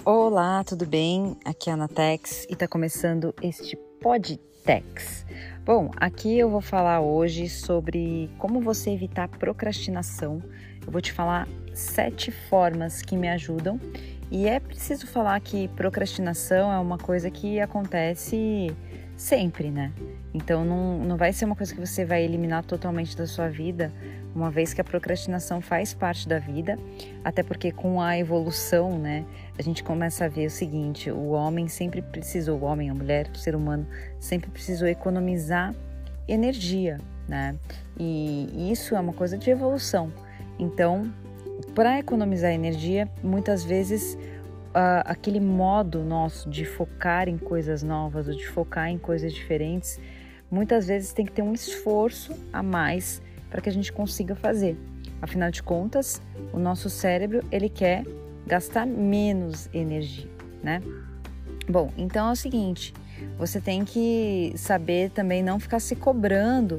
Olá, tudo bem? Aqui é a Ana Tex e está começando este Podtex. Bom, aqui eu vou falar hoje sobre como você evitar procrastinação. Eu vou te falar 7 formas que me ajudam e é preciso falar que procrastinação é uma coisa que acontece sempre, né? Então não vai ser uma coisa que você vai eliminar totalmente da sua vida, uma vez que a procrastinação faz parte da vida, até porque com a evolução, né, a gente começa a ver o seguinte: o homem sempre precisou, o homem, a mulher, o ser humano sempre precisou economizar energia, né? E isso é uma coisa de evolução. Então, para economizar energia, muitas vezes aquele modo nosso de focar em coisas novas ou de focar em coisas diferentes, muitas vezes tem que ter um esforço a mais para que a gente consiga fazer. Afinal de contas, o nosso cérebro, ele quer gastar menos energia, né? Bom, então é o seguinte, você tem que saber também não ficar se cobrando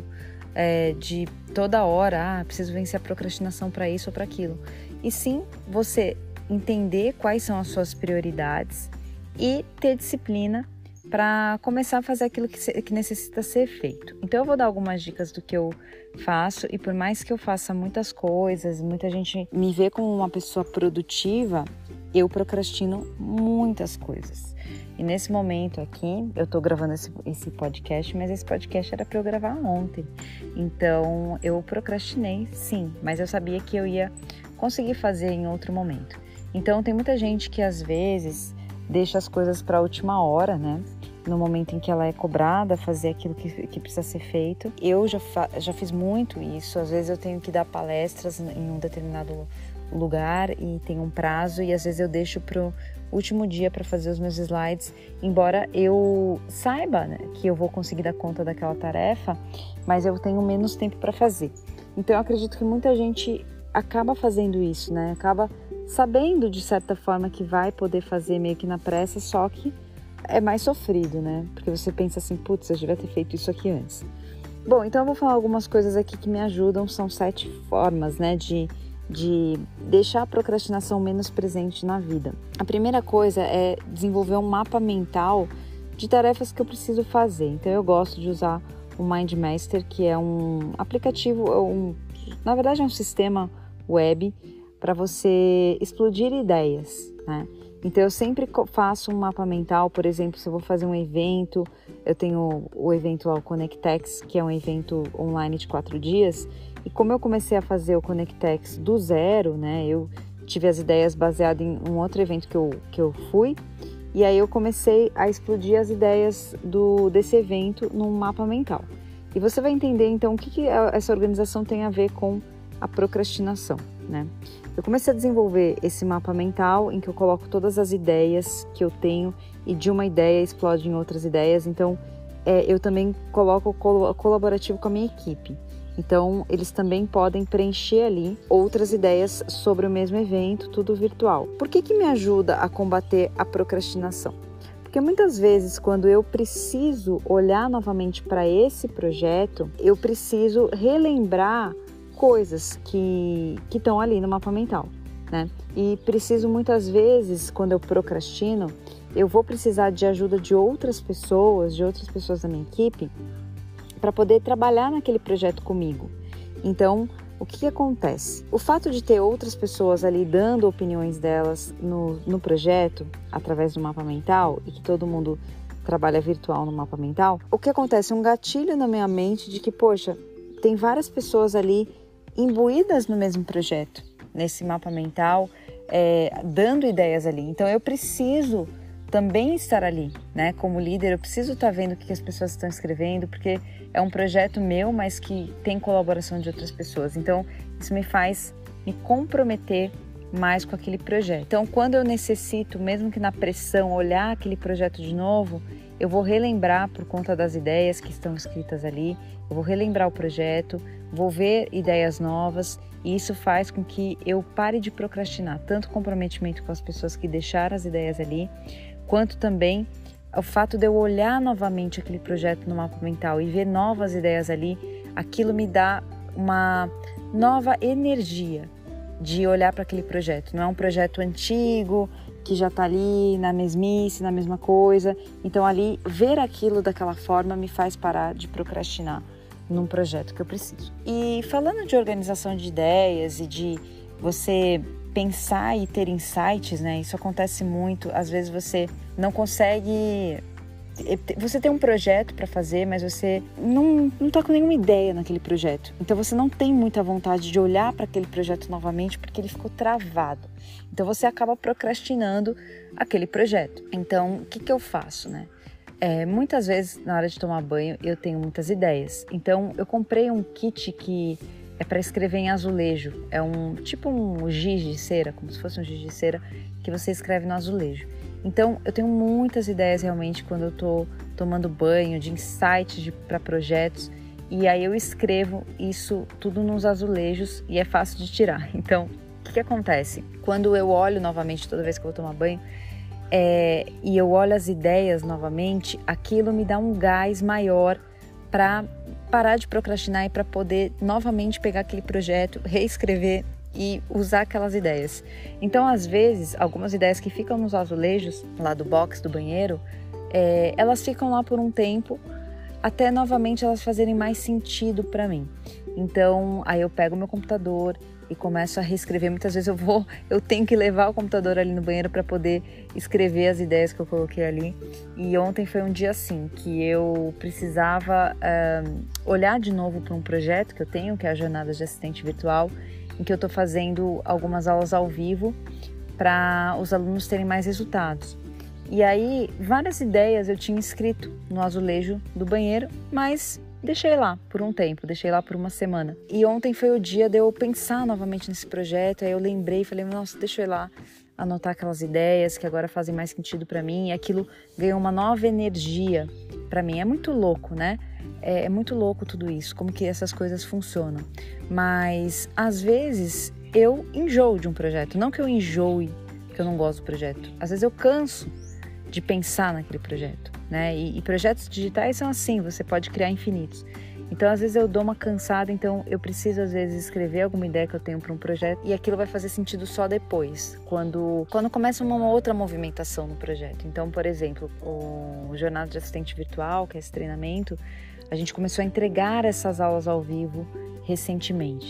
de toda hora, preciso vencer a procrastinação para isso ou para aquilo. E sim, você entender quais são as suas prioridades e ter disciplina para começar a fazer aquilo que necessita ser feito. Então eu vou dar algumas dicas do que eu faço, e por mais que eu faça muitas coisas, muita gente me vê como uma pessoa produtiva, eu procrastino muitas coisas. E nesse momento aqui, eu tô gravando esse podcast, mas esse podcast era para eu gravar ontem. Então eu procrastinei, sim, mas eu sabia que eu ia conseguir fazer em outro momento. Então tem muita gente que às vezes deixa as coisas para a última hora, né? No momento em que ela é cobrada, fazer aquilo que precisa ser feito. Eu já fiz muito isso. Às vezes eu tenho que dar palestras em um determinado lugar e tem um prazo, e às vezes eu deixo pro último dia para fazer os meus slides, embora eu saiba, né, que eu vou conseguir dar conta daquela tarefa, mas eu tenho menos tempo para fazer. Então eu acredito que muita gente acaba fazendo isso, né? Acaba sabendo de certa forma que vai poder fazer meio que na pressa, só que é mais sofrido, né? Porque você pensa assim, putz, eu devia ter feito isso aqui antes. Bom, então eu vou falar algumas coisas aqui que me ajudam, são 7 formas, né, de deixar a procrastinação menos presente na vida. A primeira coisa é desenvolver um mapa mental de tarefas que eu preciso fazer. Então eu gosto de usar o MindMaster, que é um aplicativo, na verdade é um sistema web para você explodir ideias, né? Então eu sempre faço um mapa mental. Por exemplo, se eu vou fazer um evento, eu tenho o evento lá, o Conectex, que é um evento online de 4 dias, e como eu comecei a fazer o Conectex do zero, né, eu tive as ideias baseadas em um outro evento que eu fui, e aí eu comecei a explodir as ideias desse evento num mapa mental. E você vai entender então o que essa organização tem a ver com a procrastinação, né? Eu comecei a desenvolver esse mapa mental em que eu coloco todas as ideias que eu tenho, e de uma ideia explode em outras ideias. Então, eu também coloco colaborativo com a minha equipe. Então, eles também podem preencher ali outras ideias sobre o mesmo evento, tudo virtual. Por que me ajuda a combater a procrastinação? Porque muitas vezes, quando eu preciso olhar novamente para esse projeto, eu preciso relembrar coisas que estão ali no mapa mental, né? E preciso muitas vezes, quando eu procrastino, eu vou precisar de ajuda de outras pessoas da minha equipe, para poder trabalhar naquele projeto comigo. Então, o que acontece? O fato de ter outras pessoas ali dando opiniões delas no projeto, através do mapa mental, e que todo mundo trabalha virtual no mapa mental, o que acontece? Um gatilho na minha mente de que, poxa, tem várias pessoas ali imbuídas no mesmo projeto, nesse mapa mental, dando ideias ali. Então eu preciso também estar ali, né? Como líder, eu preciso estar vendo o que as pessoas estão escrevendo, porque é um projeto meu, mas que tem colaboração de outras pessoas. Então isso me faz me comprometer mais com aquele projeto. Então quando eu necessito, mesmo que na pressão, olhar aquele projeto de novo, eu vou relembrar por conta das ideias que estão escritas ali, eu vou relembrar o projeto, vou ver ideias novas, e isso faz com que eu pare de procrastinar, tanto o comprometimento com as pessoas que deixaram as ideias ali, quanto também o fato de eu olhar novamente aquele projeto no mapa mental e ver novas ideias ali, aquilo me dá uma nova energia de olhar para aquele projeto. Não é um projeto antigo, que já tá ali na mesmice, na mesma coisa. Então ali, ver aquilo daquela forma me faz parar de procrastinar num projeto que eu preciso. E falando de organização de ideias e de você pensar e ter insights, né? Isso acontece muito. Às vezes você não consegue... Você tem um projeto para fazer, mas você não tá com nenhuma ideia naquele projeto. Então você não tem muita vontade de olhar para aquele projeto novamente porque ele ficou travado. Então você acaba procrastinando aquele projeto. Então o que eu faço, né? Muitas vezes na hora de tomar banho eu tenho muitas ideias. Então eu comprei um kit que é para escrever em azulejo. É tipo um giz de cera, como se fosse um giz de cera que você escreve no azulejo. Então, eu tenho muitas ideias realmente quando eu tô tomando banho, de insights para projetos. E aí eu escrevo isso tudo nos azulejos e é fácil de tirar. Então, o que acontece? Quando eu olho novamente, toda vez que eu vou tomar banho, e eu olho as ideias novamente, aquilo me dá um gás maior para parar de procrastinar e para poder novamente pegar aquele projeto, reescrever e usar aquelas ideias. Então, às vezes, algumas ideias que ficam nos azulejos, lá do box do banheiro, elas ficam lá por um tempo, até novamente elas fazerem mais sentido para mim. Então, aí eu pego meu computador e começo a reescrever. Muitas vezes eu tenho que levar o computador ali no banheiro para poder escrever as ideias que eu coloquei ali. E ontem foi um dia assim, que eu precisava olhar de novo para um projeto que eu tenho, que é a Jornada de Assistente Virtual, em que eu estou fazendo algumas aulas ao vivo para os alunos terem mais resultados. E aí, várias ideias eu tinha escrito no azulejo do banheiro, mas deixei lá por um tempo, deixei lá por uma semana. E ontem foi o dia de eu pensar novamente nesse projeto, aí eu lembrei e falei, nossa, deixa eu ir lá anotar aquelas ideias que agora fazem mais sentido para mim, e aquilo ganhou uma nova energia para mim. É muito louco, né? É muito louco tudo isso, como que essas coisas funcionam. Mas, às vezes, eu enjoo de um projeto. Não que eu enjoe, que eu não gosto do projeto. Às vezes eu canso de pensar naquele projeto, né? E projetos digitais são assim, você pode criar infinitos. Então, às vezes eu dou uma cansada, então eu preciso, às vezes, escrever alguma ideia que eu tenho para um projeto e aquilo vai fazer sentido só depois, quando começa uma outra movimentação no projeto. Então, por exemplo, o Jornada de Assistente Virtual, que é esse treinamento, a gente começou a entregar essas aulas ao vivo recentemente.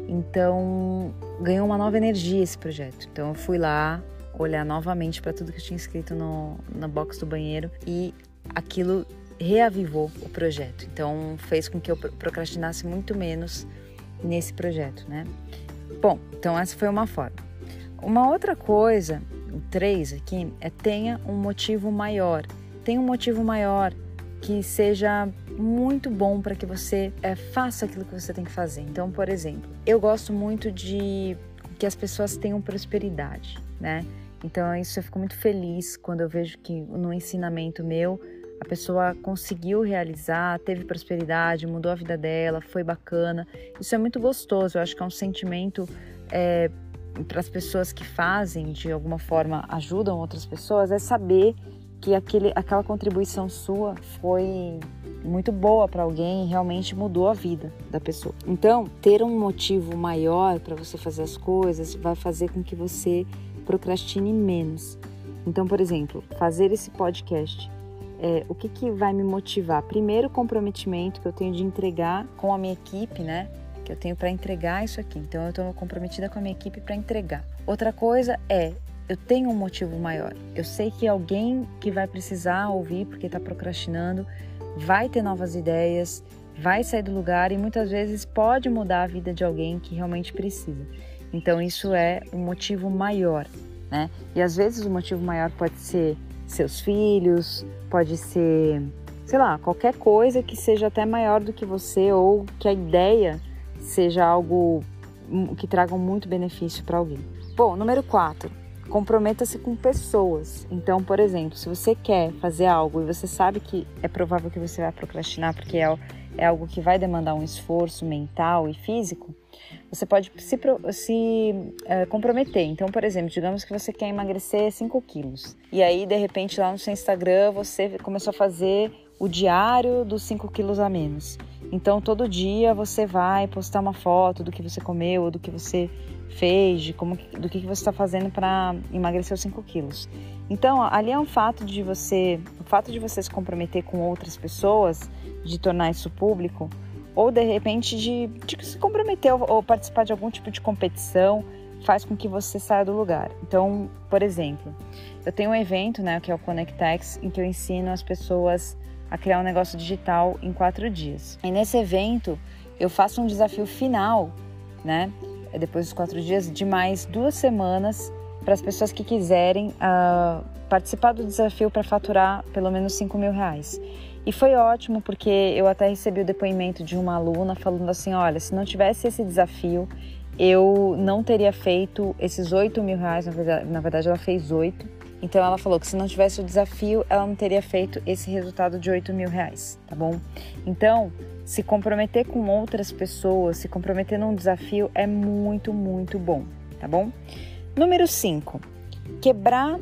Então, ganhou uma nova energia esse projeto. Então, eu fui lá olhar novamente para tudo que eu tinha escrito na box do banheiro e aquilo reavivou o projeto. Então, fez com que eu procrastinasse muito menos nesse projeto, né? Bom, então essa foi uma forma. Uma outra coisa, o 3 aqui, tenha um motivo maior. Tenha um motivo maior que seja muito bom para que você faça aquilo que você tem que fazer. Então, por exemplo, eu gosto muito de que as pessoas tenham prosperidade, né? Então, isso eu fico muito feliz quando eu vejo que no ensinamento meu, a pessoa conseguiu realizar, teve prosperidade, mudou a vida dela, foi bacana. Isso é muito gostoso, eu acho que é um sentimento para as pessoas que fazem, de alguma forma ajudam outras pessoas, é saber que aquela contribuição sua foi muito boa para alguém e realmente mudou a vida da pessoa. Então, ter um motivo maior para você fazer as coisas vai fazer com que você procrastine menos. Então, por exemplo, fazer esse podcast, o que vai me motivar? Primeiro, o comprometimento que eu tenho de entregar com a minha equipe, né? Que eu tenho para entregar isso aqui. Então, eu estou comprometida com a minha equipe para entregar. Outra coisa eu tenho um motivo maior. Eu sei que alguém que vai precisar ouvir porque está procrastinando vai ter novas ideias, vai sair do lugar e muitas vezes pode mudar a vida de alguém que realmente precisa. Então, isso é um motivo maior, né? E às vezes o motivo maior pode ser seus filhos, pode ser, sei lá, qualquer coisa que seja até maior do que você ou que a ideia seja algo que traga muito benefício para alguém. Bom, número 4, comprometa-se com pessoas. Então, por exemplo, se você quer fazer algo e você sabe que é provável que você vai procrastinar porque é algo que vai demandar um esforço mental e físico, você pode se comprometer. Então, por exemplo, digamos que você quer emagrecer 5 quilos. E aí, de repente, lá no seu Instagram, você começou a fazer o diário dos 5 quilos a menos. Então, todo dia você vai postar uma foto do que você comeu, ou do que você fez, do que você está fazendo para emagrecer os 5 quilos. Então, ali é o fato de você se comprometer com outras pessoas, de tornar isso público, ou de repente de se comprometer ou participar de algum tipo de competição, faz com que você saia do lugar. Então, por exemplo, eu tenho um evento, né, que é o Conectex, em que eu ensino as pessoas a criar um negócio digital em 4 dias. E nesse evento, eu faço um desafio final, né, depois dos 4 dias, de mais 2 semanas, para as pessoas que quiserem participar do desafio para faturar pelo menos R$5.000. E foi ótimo, porque eu até recebi o depoimento de uma aluna falando assim, olha, se não tivesse esse desafio, eu não teria feito esses R$8.000, na verdade ela fez 8. Então ela falou que se não tivesse o desafio, ela não teria feito esse resultado de R$8.000, tá bom? Então, se comprometer com outras pessoas, se comprometer num desafio é muito, muito bom, tá bom? Número 5, quebrar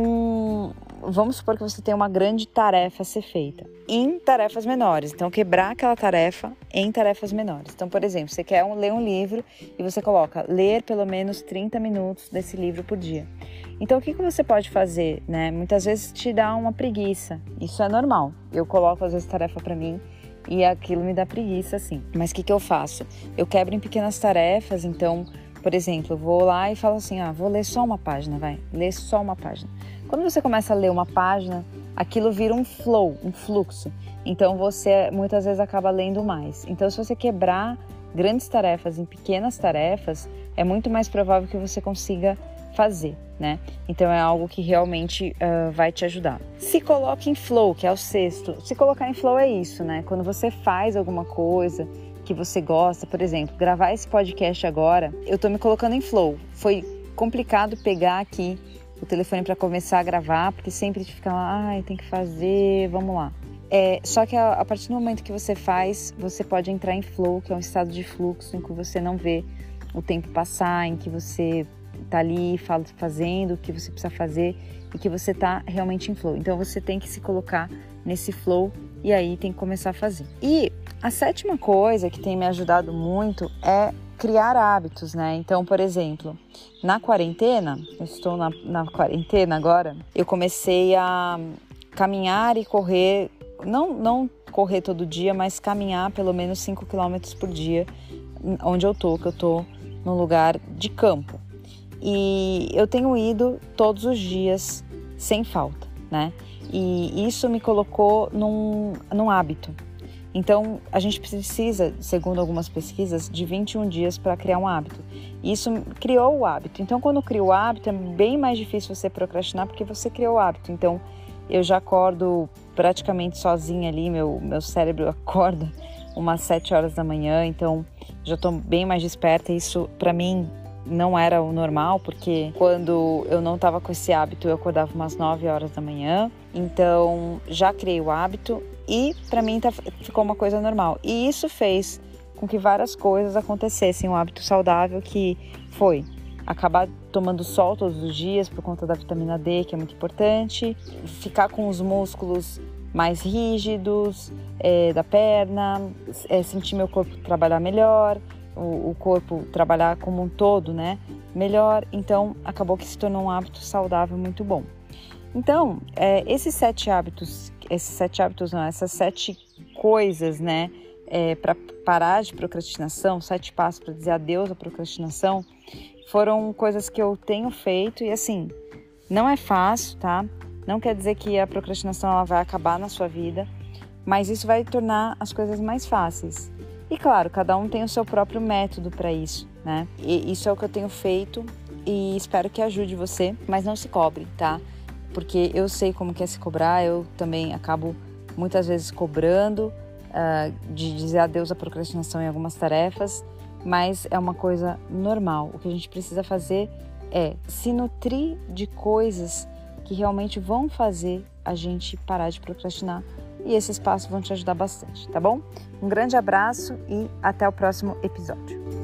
vamos supor que você tem uma grande tarefa a ser feita em tarefas menores. Então, quebrar aquela tarefa em tarefas menores. Então, por exemplo, você quer ler um livro e você coloca ler pelo menos 30 minutos desse livro por dia. Então, o que você pode fazer, né? Muitas vezes te dá uma preguiça. Isso é normal. Eu coloco, às vezes, tarefa para mim e aquilo me dá preguiça, assim. Mas o que eu faço? Eu quebro em pequenas tarefas. Então, por exemplo, eu vou lá e falo assim, vou ler só uma página, ler só uma página. Quando você começa a ler uma página, aquilo vira um flow, um fluxo. Então, você muitas vezes acaba lendo mais. Então, se você quebrar grandes tarefas em pequenas tarefas, é muito mais provável que você consiga fazer, né? Então, é algo que realmente vai te ajudar. Se coloque em flow, que é o 6º. Se colocar em flow é isso, né? Quando você faz alguma coisa que você gosta, por exemplo, gravar esse podcast agora, eu tô me colocando em flow. Foi complicado pegar aqui o telefone para começar a gravar, porque sempre fica lá, tem que fazer, vamos lá. Só que a partir do momento que você faz, você pode entrar em flow, que é um estado de fluxo em que você não vê o tempo passar, em que você tá ali fazendo o que você precisa fazer e que você tá realmente em flow. Então você tem que se colocar nesse flow e aí tem que começar a fazer. E a 7ª coisa que tem me ajudado muito é criar hábitos, né? Então, por exemplo, na quarentena, eu estou na quarentena agora, eu comecei a caminhar e correr, não correr todo dia, mas caminhar pelo menos 5 quilômetros por dia, onde eu tô, que eu tô num lugar de campo. E eu tenho ido todos os dias sem falta, né? E isso me colocou num hábito. Então, a gente precisa, segundo algumas pesquisas, de 21 dias para criar um hábito. E isso criou o hábito. Então, quando cria o hábito, é bem mais difícil você procrastinar porque você criou o hábito. Então, eu já acordo praticamente sozinha ali, meu cérebro acorda umas 7 horas da manhã, então já estou bem mais desperta. Isso, para mim, não era o normal, porque quando eu não estava com esse hábito, eu acordava umas 9 horas da manhã. Então, já criei o hábito e para mim ficou uma coisa normal. E isso fez com que várias coisas acontecessem. Um hábito saudável que foi acabar tomando sol todos os dias por conta da vitamina D, que é muito importante. Ficar com os músculos mais rígidos da perna, sentir meu corpo trabalhar melhor, o corpo trabalhar como um todo, né, melhor. Então, acabou que se tornou um hábito saudável muito bom. Então, essas 7 coisas, né, para parar de procrastinação, 7 passos para dizer adeus à procrastinação, foram coisas que eu tenho feito e, assim, não é fácil, tá? Não quer dizer que a procrastinação ela vai acabar na sua vida, mas isso vai tornar as coisas mais fáceis. E, claro, cada um tem o seu próprio método para isso, né? E isso é o que eu tenho feito e espero que ajude você, mas não se cobre, tá? Porque eu sei como que é se cobrar, eu também acabo muitas vezes cobrando, de dizer adeus à procrastinação em algumas tarefas, mas é uma coisa normal. O que a gente precisa fazer é se nutrir de coisas que realmente vão fazer a gente parar de procrastinar, e esses passos vão te ajudar bastante, tá bom? Um grande abraço e até o próximo episódio.